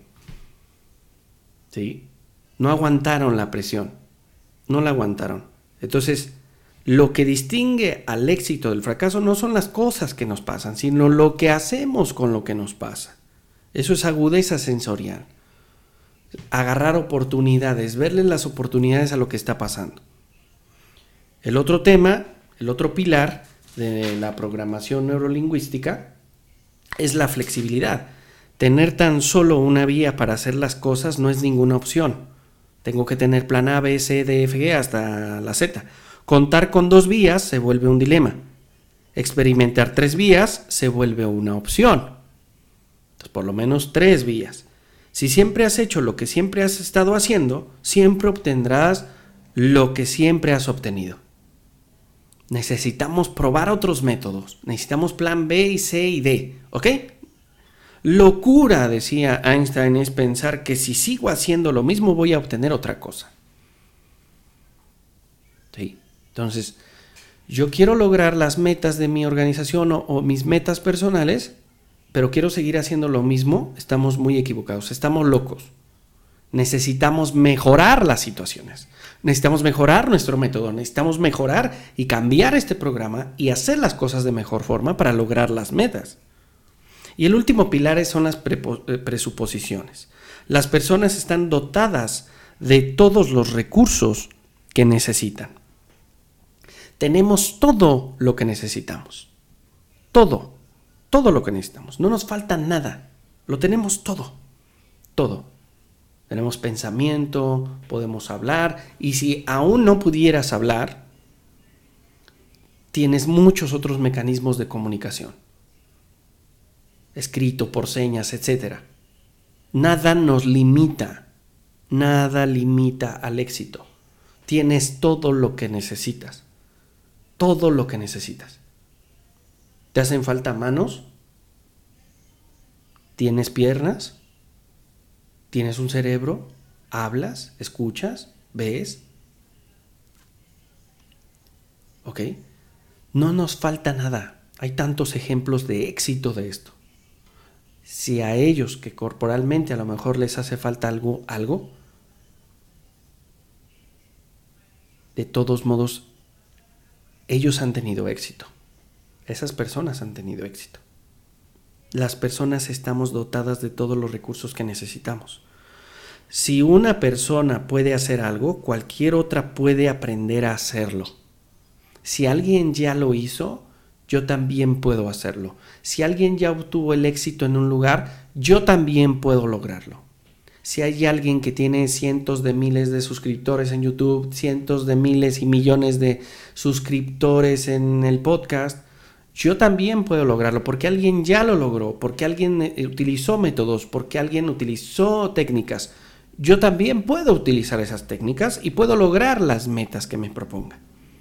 ¿Sí? No aguantaron la presión, no la aguantaron. Entonces, lo que distingue al éxito del fracaso no son las cosas que nos pasan, sino lo que hacemos con lo que nos pasa. Eso es agudeza sensorial. Agarrar oportunidades, verle las oportunidades a lo que está pasando. El otro tema, el otro pilar de la programación neurolingüística es la flexibilidad. Tener tan solo una vía para hacer las cosas no es ninguna opción. Tengo que tener plan A, B, C, D, F, G hasta la Z. Contar con 2 vías se vuelve un dilema. Experimentar 3 vías se vuelve una opción. Entonces, por lo menos 3 vías. Si siempre has hecho lo que siempre has estado haciendo, siempre obtendrás lo que siempre has obtenido. Necesitamos probar otros métodos. Necesitamos plan B y C y D. ¿Ok? Locura, decía Einstein, es pensar que si sigo haciendo lo mismo voy a obtener otra cosa. ¿Sí? Entonces, yo quiero lograr las metas de mi organización o mis metas personales, pero quiero seguir haciendo lo mismo. Estamos muy equivocados, estamos locos. Necesitamos mejorar las situaciones. Necesitamos mejorar nuestro método, necesitamos mejorar y cambiar este programa y hacer las cosas de mejor forma para lograr las metas. Y el último pilar son las presuposiciones. Las personas están dotadas de todos los recursos que necesitan. Tenemos todo lo que necesitamos. Todo lo que necesitamos. No nos falta nada. Lo tenemos todo. Tenemos pensamiento, podemos hablar, y si aún no pudieras hablar, tienes muchos otros mecanismos de comunicación. Escrito, por señas, etc. Nada nos limita, nada limita al éxito. Tienes todo lo que necesitas, todo lo que necesitas. ¿Te hacen falta manos? ¿Tienes piernas? ¿Tienes un cerebro? ¿Hablas? ¿Escuchas? ¿Ves? ¿Ok? No nos falta nada. Hay tantos ejemplos de éxito de esto. Si a ellos que corporalmente a lo mejor les hace falta algo, de todos modos, ellos han tenido éxito. Esas personas han tenido éxito. Las personas estamos dotadas de todos los recursos que necesitamos. Si una persona puede hacer algo, cualquier otra puede aprender a hacerlo. Si alguien ya lo hizo, yo también puedo hacerlo. Si alguien ya obtuvo el éxito en un lugar, yo también puedo lograrlo. Si hay alguien que tiene cientos de miles de suscriptores en YouTube, cientos de miles y millones de suscriptores en el podcast, yo también puedo lograrlo porque alguien ya lo logró, porque alguien utilizó métodos, porque alguien utilizó técnicas. Yo también puedo utilizar esas técnicas y puedo lograr las metas que me proponga.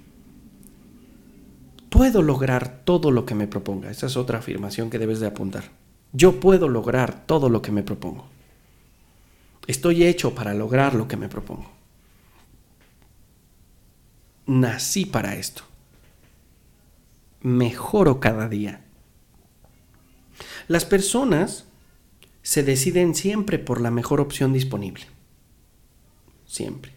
Puedo lograr todo lo que me proponga. Esa es otra afirmación que debes de apuntar. Yo puedo lograr todo lo que me propongo. Estoy hecho para lograr lo que me propongo. Nací para esto. Mejoro cada día. Las personas se deciden siempre por la mejor opción disponible. Siempre.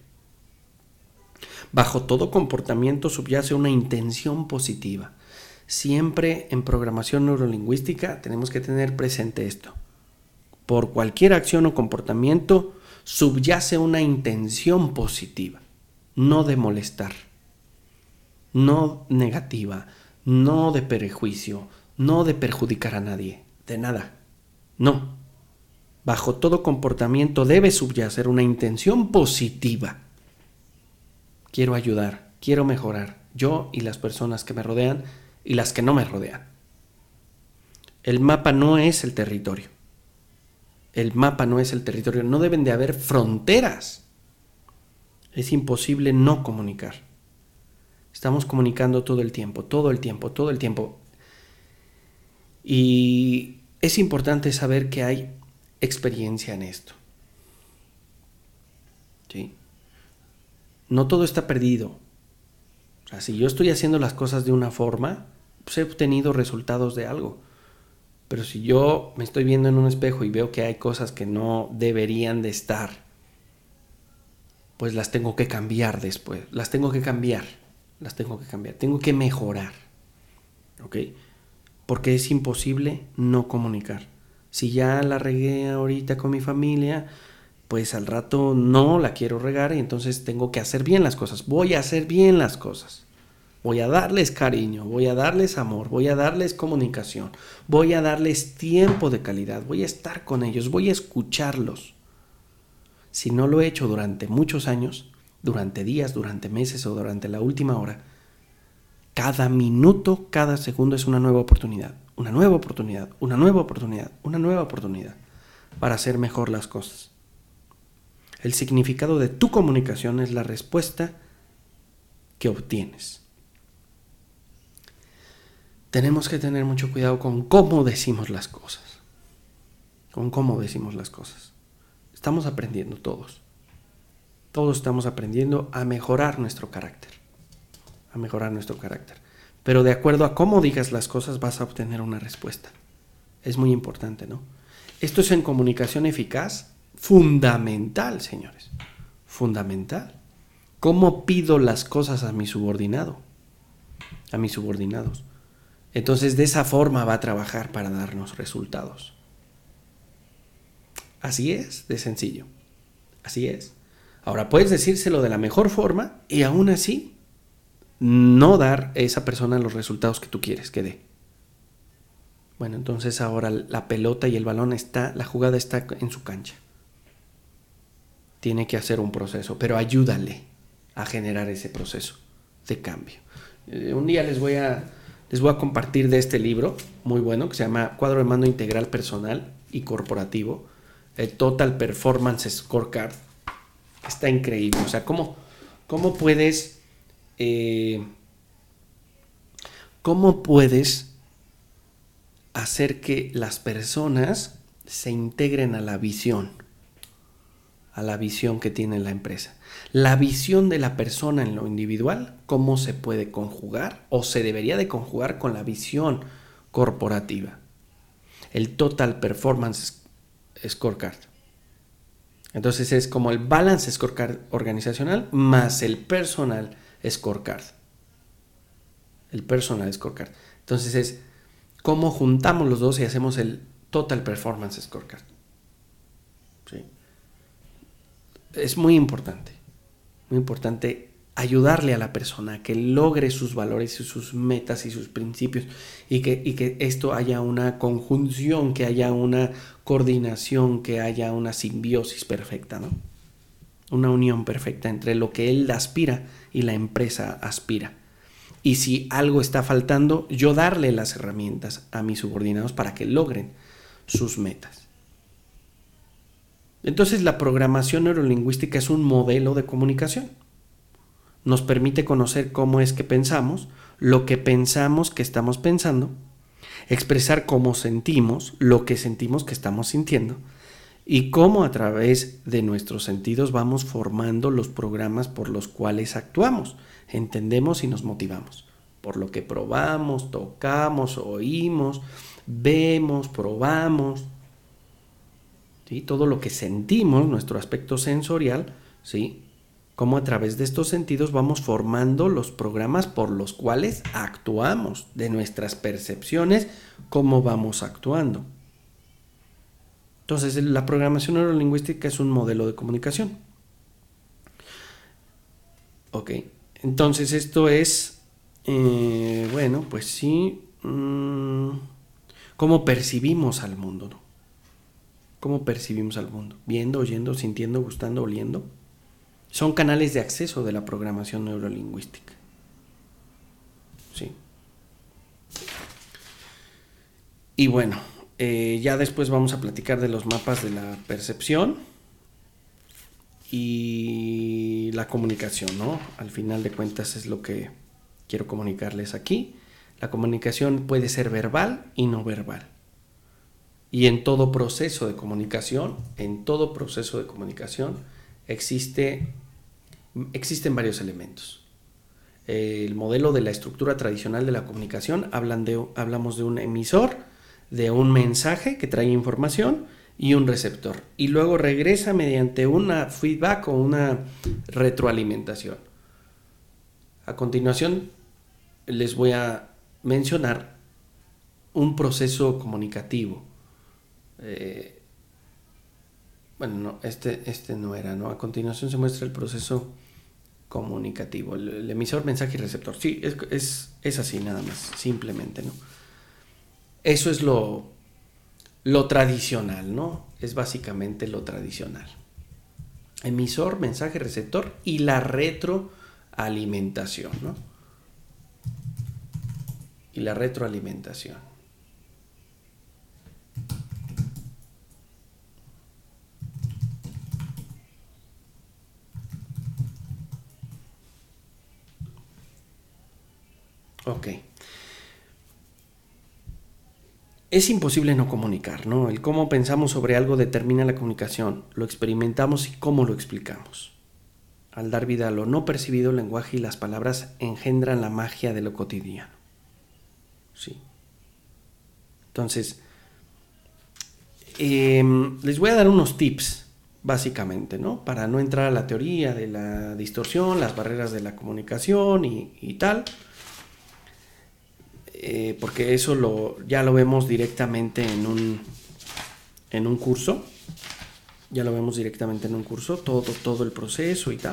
Bajo todo comportamiento subyace una intención positiva. Siempre en programación neurolingüística tenemos que tener presente esto. Por cualquier acción o comportamiento subyace una intención positiva, no de molestar, no negativa, no de perjuicio, no de perjudicar a nadie, de nada. No. Bajo todo comportamiento debe subyacer una intención positiva. Quiero ayudar, quiero mejorar, yo y las personas que me rodean y las que no me rodean. El mapa no es el territorio. El mapa no es el territorio. No deben de haber fronteras. Es imposible no comunicar. Estamos comunicando todo el tiempo, todo el tiempo, todo el tiempo. Y es importante saber que hay experiencia en esto. ¿Sí? No todo está perdido. O sea, si yo estoy haciendo las cosas de una forma, pues he obtenido resultados de algo. Pero si yo me estoy viendo en un espejo y veo que hay cosas que no deberían de estar, pues las tengo que cambiar después. Tengo que mejorar. ¿Ok? Porque es imposible no comunicar. Si ya la regué ahorita con mi familia, pues al rato no la quiero regar y entonces tengo que hacer bien las cosas. Voy a hacer bien las cosas. Voy a darles cariño, voy a darles amor, voy a darles comunicación, voy a darles tiempo de calidad, voy a estar con ellos, voy a escucharlos. Si no lo he hecho durante muchos años, durante días, durante meses o durante la última hora, cada minuto, cada segundo es una nueva oportunidad, una nueva oportunidad, una nueva oportunidad, una nueva oportunidad para hacer mejor las cosas. El significado de tu comunicación es la respuesta que obtienes. Tenemos que tener mucho cuidado con cómo decimos las cosas. Con cómo decimos las cosas. Estamos aprendiendo todos. Todos estamos aprendiendo a mejorar nuestro carácter. A mejorar nuestro carácter. Pero de acuerdo a cómo digas las cosas vas a obtener una respuesta. Es muy importante, ¿no? Esto es en comunicación eficaz fundamental, señores. Fundamental. ¿Cómo pido las cosas a mi subordinado? A mis subordinados. Entonces de esa forma va a trabajar para darnos resultados. Así es, de sencillo. Así es. Ahora puedes decírselo de la mejor forma y aún así no dar a esa persona los resultados que tú quieres que dé. Bueno, entonces ahora la pelota y el balón la jugada está en su cancha. Tiene que hacer un proceso, pero ayúdale a generar ese proceso de cambio. Un día les voy a compartir de este libro muy bueno que se llama Cuadro de Mando Integral Personal y Corporativo, el Total Performance Scorecard. Está increíble. O sea, cómo puedes hacer que las personas se integren a la visión que tiene la empresa. La visión de la persona en lo individual, cómo se puede conjugar o se debería de conjugar con la visión corporativa. El Total Performance Scorecard. Entonces es como el Balance Scorecard organizacional más el Personal Scorecard. El Personal Scorecard. Entonces es cómo juntamos los dos y hacemos el Total Performance Scorecard. ¿Sí? Es muy importante ayudarle a la persona a que logre sus valores y sus metas y sus principios y que esto haya una conjunción, que haya una coordinación, que haya una simbiosis perfecta, ¿no? Una unión perfecta entre lo que él aspira y la empresa aspira. Y si algo está faltando, yo darle las herramientas a mis subordinados para que logren sus metas. Entonces la programación neurolingüística es un modelo de comunicación. Nos permite conocer cómo es que pensamos, lo que pensamos que estamos pensando, expresar cómo sentimos, lo que sentimos que estamos sintiendo y cómo a través de nuestros sentidos vamos formando los programas por los cuales actuamos, entendemos y nos motivamos. Por lo que probamos, tocamos, oímos, vemos, probamos. ¿Sí? Todo lo que sentimos, nuestro aspecto sensorial, ¿sí? Cómo a través de estos sentidos vamos formando los programas por los cuales actuamos, de nuestras percepciones, cómo vamos actuando. Entonces, la programación neurolingüística es un modelo de comunicación. Ok, entonces esto es, bueno, pues sí, cómo percibimos al mundo, ¿no? ¿Cómo percibimos al mundo? Viendo, oyendo, sintiendo, gustando, oliendo. Son canales de acceso de la programación neurolingüística. Sí. Y bueno, ya después vamos a platicar de los mapas de la percepción y la comunicación, ¿no? Al final de cuentas es lo que quiero comunicarles aquí. La comunicación puede ser verbal y no verbal. Y en todo proceso de comunicación, existen varios elementos. El modelo de la estructura tradicional de la comunicación, hablamos de un emisor, de un mensaje que trae información y un receptor. Y luego regresa mediante una feedback o una retroalimentación. A continuación les voy a mencionar un proceso comunicativo. Bueno, no, este no era, ¿no? A continuación se muestra el proceso comunicativo, el emisor, mensaje y receptor. Sí, es así nada más, simplemente, ¿no? Eso es lo tradicional, ¿no? Es básicamente lo tradicional. Emisor, mensaje, receptor y la retroalimentación, ¿no? Y la retroalimentación. Ok. Es imposible no comunicar, ¿no? El cómo pensamos sobre algo determina la comunicación, lo experimentamos y cómo lo explicamos. Al dar vida a lo no percibido, el lenguaje y las palabras engendran la magia de lo cotidiano. Sí. Entonces, les voy a dar unos tips, básicamente, ¿no? Para no entrar a la teoría de la distorsión, las barreras de la comunicación y tal. Porque eso ya lo vemos directamente en un curso. Ya lo vemos directamente en un curso, todo el proceso y tal.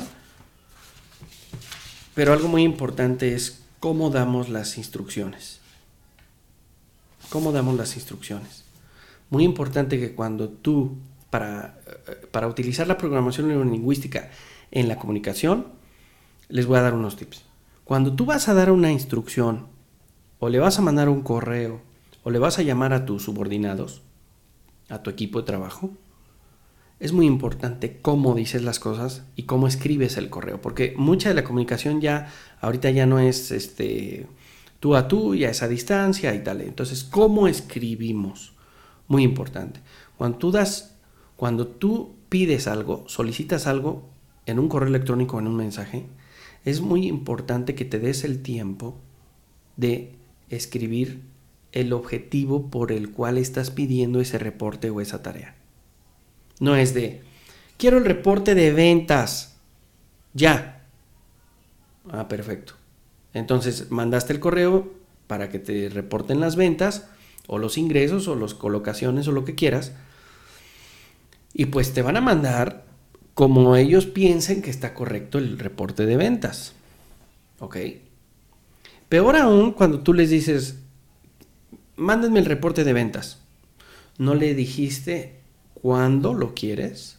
Pero algo muy importante es cómo damos las instrucciones. ¿Cómo damos las instrucciones? Muy importante que cuando tú, para utilizar la programación neurolingüística en la comunicación, les voy a dar unos tips. Cuando tú vas a dar una instrucción, o le vas a mandar un correo, o le vas a llamar a tus subordinados, a tu equipo de trabajo, es muy importante cómo dices las cosas y cómo escribes el correo, porque mucha de la comunicación ahorita ya no es tú a tú, ya es a distancia y tal. Entonces, ¿cómo escribimos? Muy importante. Cuando tú pides algo, solicitas algo en un correo electrónico o en un mensaje, es muy importante que te des el tiempo de escribir el objetivo por el cual estás pidiendo ese reporte o esa tarea. No es quiero el reporte de ventas, ya. Ah, perfecto. Entonces mandaste el correo para que te reporten las ventas o los ingresos o las colocaciones o lo que quieras. Y pues te van a mandar como ellos piensen que está correcto el reporte de ventas. ¿Ok? Peor aún cuando tú les dices, mándenme el reporte de ventas. No le dijiste cuándo lo quieres,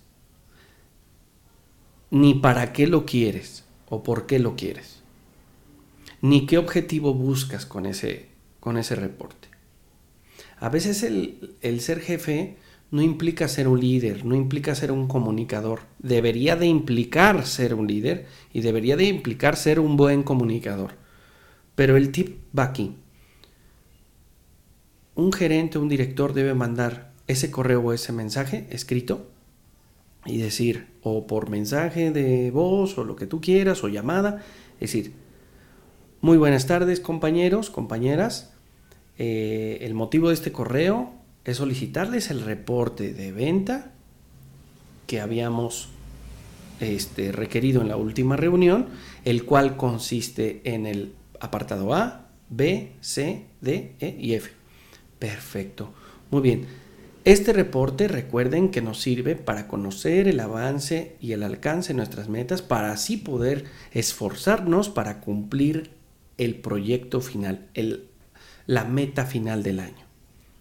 ni para qué lo quieres o por qué lo quieres, ni qué objetivo buscas con ese reporte. A veces el ser jefe no implica ser un líder, no implica ser un comunicador. Debería de implicar ser un líder y debería de implicar ser un buen comunicador. Pero el tip va aquí. Un gerente, un director debe mandar ese correo o ese mensaje escrito y decir, o por mensaje de voz o lo que tú quieras o llamada, decir, muy buenas tardes compañeros, compañeras, el motivo de este correo es solicitarles el reporte de venta que habíamos requerido en la última reunión, el cual consiste en el apartado A, B, C, D, E y F. Perfecto. Muy bien. Este reporte, recuerden que nos sirve para conocer el avance y el alcance de nuestras metas, para así poder esforzarnos para cumplir el proyecto final, la meta final del año.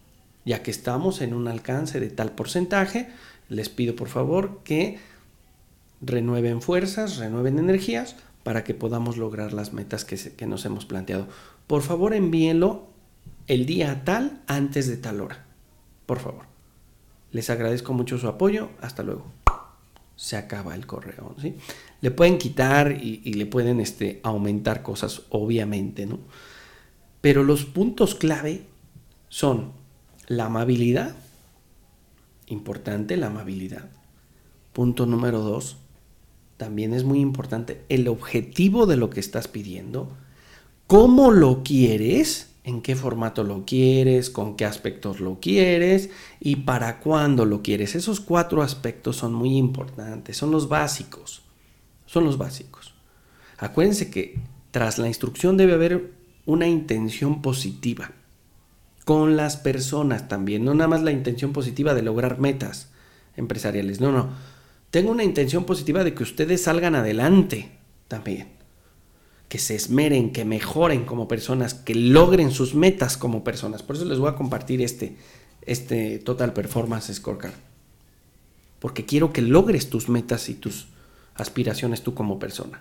Ya que estamos en un alcance de tal porcentaje, les pido por favor que renueven fuerzas, renueven energías para que podamos lograr las metas que nos hemos planteado. Por favor, envíenlo el día tal antes de tal hora. Por favor. Les agradezco mucho su apoyo. Hasta luego. Se acaba el correo, ¿sí? Le pueden quitar y le pueden aumentar cosas, obviamente, ¿no? Pero los puntos clave son la amabilidad. Importante la amabilidad. Punto número 2. También es muy importante el objetivo de lo que estás pidiendo. ¿Cómo lo quieres? ¿En qué formato lo quieres? ¿Con qué aspectos lo quieres? ¿Y para cuándo lo quieres? Esos 4 aspectos son muy importantes. Son los básicos. Son los básicos. Acuérdense que tras la instrucción debe haber una intención positiva. Con las personas también. No nada más la intención positiva de lograr metas empresariales. No. Tengo una intención positiva de que ustedes salgan adelante también. Que se esmeren, que mejoren como personas, que logren sus metas como personas. Por eso les voy a compartir este Total Performance Scorecard. Porque quiero que logres tus metas y tus aspiraciones tú como persona.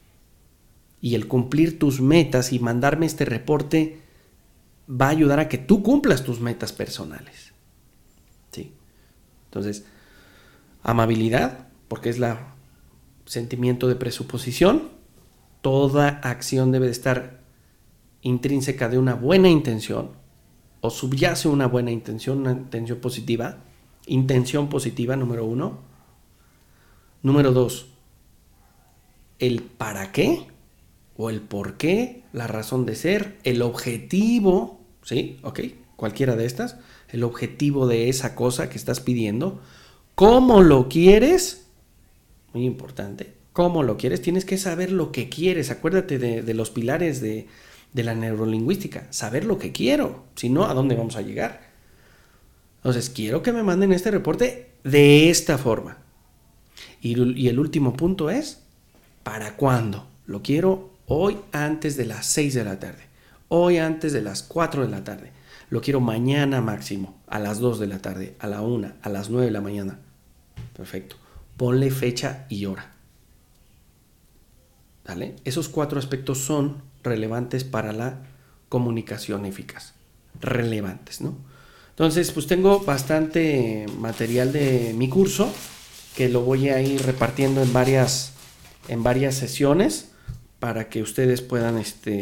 Y el cumplir tus metas y mandarme este reporte va a ayudar a que tú cumplas tus metas personales. ¿Sí? Entonces, amabilidad, porque es el sentimiento de presuposición. Toda acción debe de estar intrínseca de una buena intención o subyace una buena intención, una intención positiva. Intención positiva, número 1. Número 2, el para qué o el por qué, la razón de ser, el objetivo, ¿sí? Ok, cualquiera de estas, el objetivo de esa cosa que estás pidiendo. ¿Cómo lo quieres? Muy importante. ¿Cómo lo quieres? Tienes que saber lo que quieres. Acuérdate de los pilares de la neurolingüística. Saber lo que quiero. Si no, ¿a dónde vamos a llegar? Entonces, quiero que me manden este reporte de esta forma. Y el último punto es, ¿para cuándo? Lo quiero hoy antes de las 6 de la tarde. Hoy antes de las 4 de la tarde. Lo quiero mañana máximo, a las 2 de la tarde, a la 1, a las 9 de la mañana. Perfecto. Ponle fecha y hora. ¿Vale? Esos 4 aspectos son relevantes para la comunicación eficaz. Relevantes, ¿no? Entonces, pues tengo bastante material de mi curso que lo voy a ir repartiendo en varias sesiones para que ustedes puedan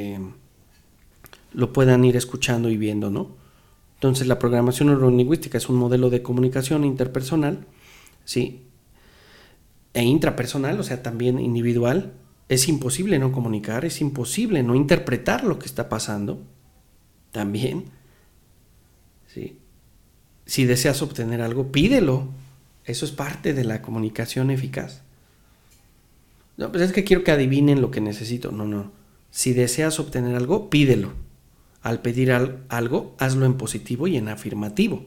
lo puedan ir escuchando y viendo, ¿no? Entonces, la programación neurolingüística es un modelo de comunicación interpersonal, ¿sí? E intrapersonal, o sea, también individual. Es imposible no comunicar, es imposible no interpretar lo que está pasando. También, ¿sí? Si deseas obtener algo, pídelo. Eso es parte de la comunicación eficaz. No, pues es que quiero que adivinen lo que necesito. No. Si deseas obtener algo, pídelo. Al pedir algo, hazlo en positivo y en afirmativo.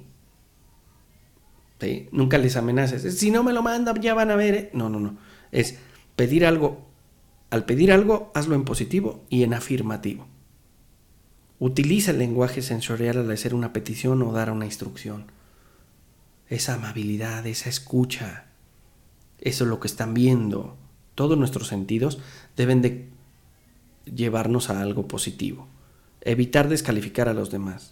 ¿Sí? Nunca les amenaces. Si no me lo mandan, ya van a ver. No. Es pedir algo. Al pedir algo, hazlo en positivo y en afirmativo. Utiliza el lenguaje sensorial al hacer una petición o dar una instrucción. Esa amabilidad, esa escucha, eso es lo que están viendo. Todos nuestros sentidos deben de llevarnos a algo positivo. Evitar descalificar a los demás.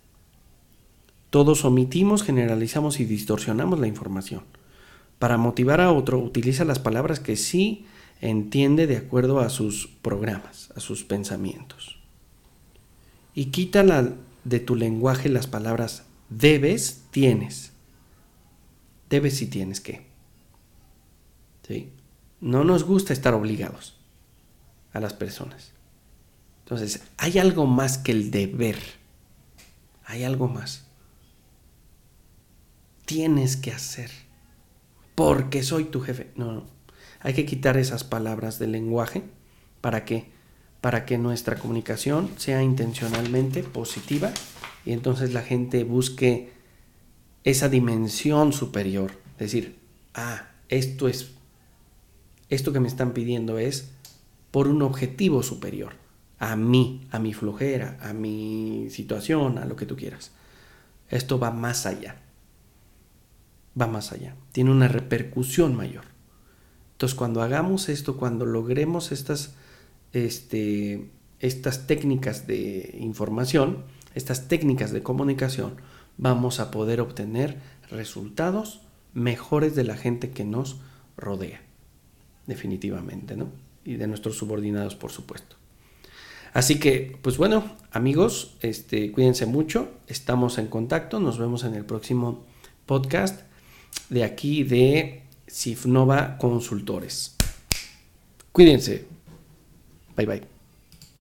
Todos omitimos, generalizamos y distorsionamos la información. Para motivar a otro, utiliza las palabras que sí entiende de acuerdo a sus programas, a sus pensamientos. Y quita de tu lenguaje las palabras debes, tienes. Debes y tienes que. ¿Sí? No nos gusta estar obligados a las personas. Entonces, hay algo más que el deber. Hay algo más. Tienes que hacer. Porque soy tu jefe. No. Hay que quitar esas palabras del lenguaje. ¿Para qué? Para que nuestra comunicación sea intencionalmente positiva y entonces la gente busque esa dimensión superior. Es decir, esto que me están pidiendo es por un objetivo superior. A mí, a mi flojera, a mi situación, a lo que tú quieras. Esto va más allá. Va más allá. Tiene una repercusión mayor. Entonces, cuando hagamos esto, cuando logremos estas técnicas de información, estas técnicas de comunicación, vamos a poder obtener resultados mejores de la gente que nos rodea, definitivamente, ¿no? Y de nuestros subordinados, por supuesto. Así que, pues bueno, amigos, cuídense mucho, estamos en contacto, nos vemos en el próximo podcast de aquí de Cifnova Consultores. Cuídense. Bye bye.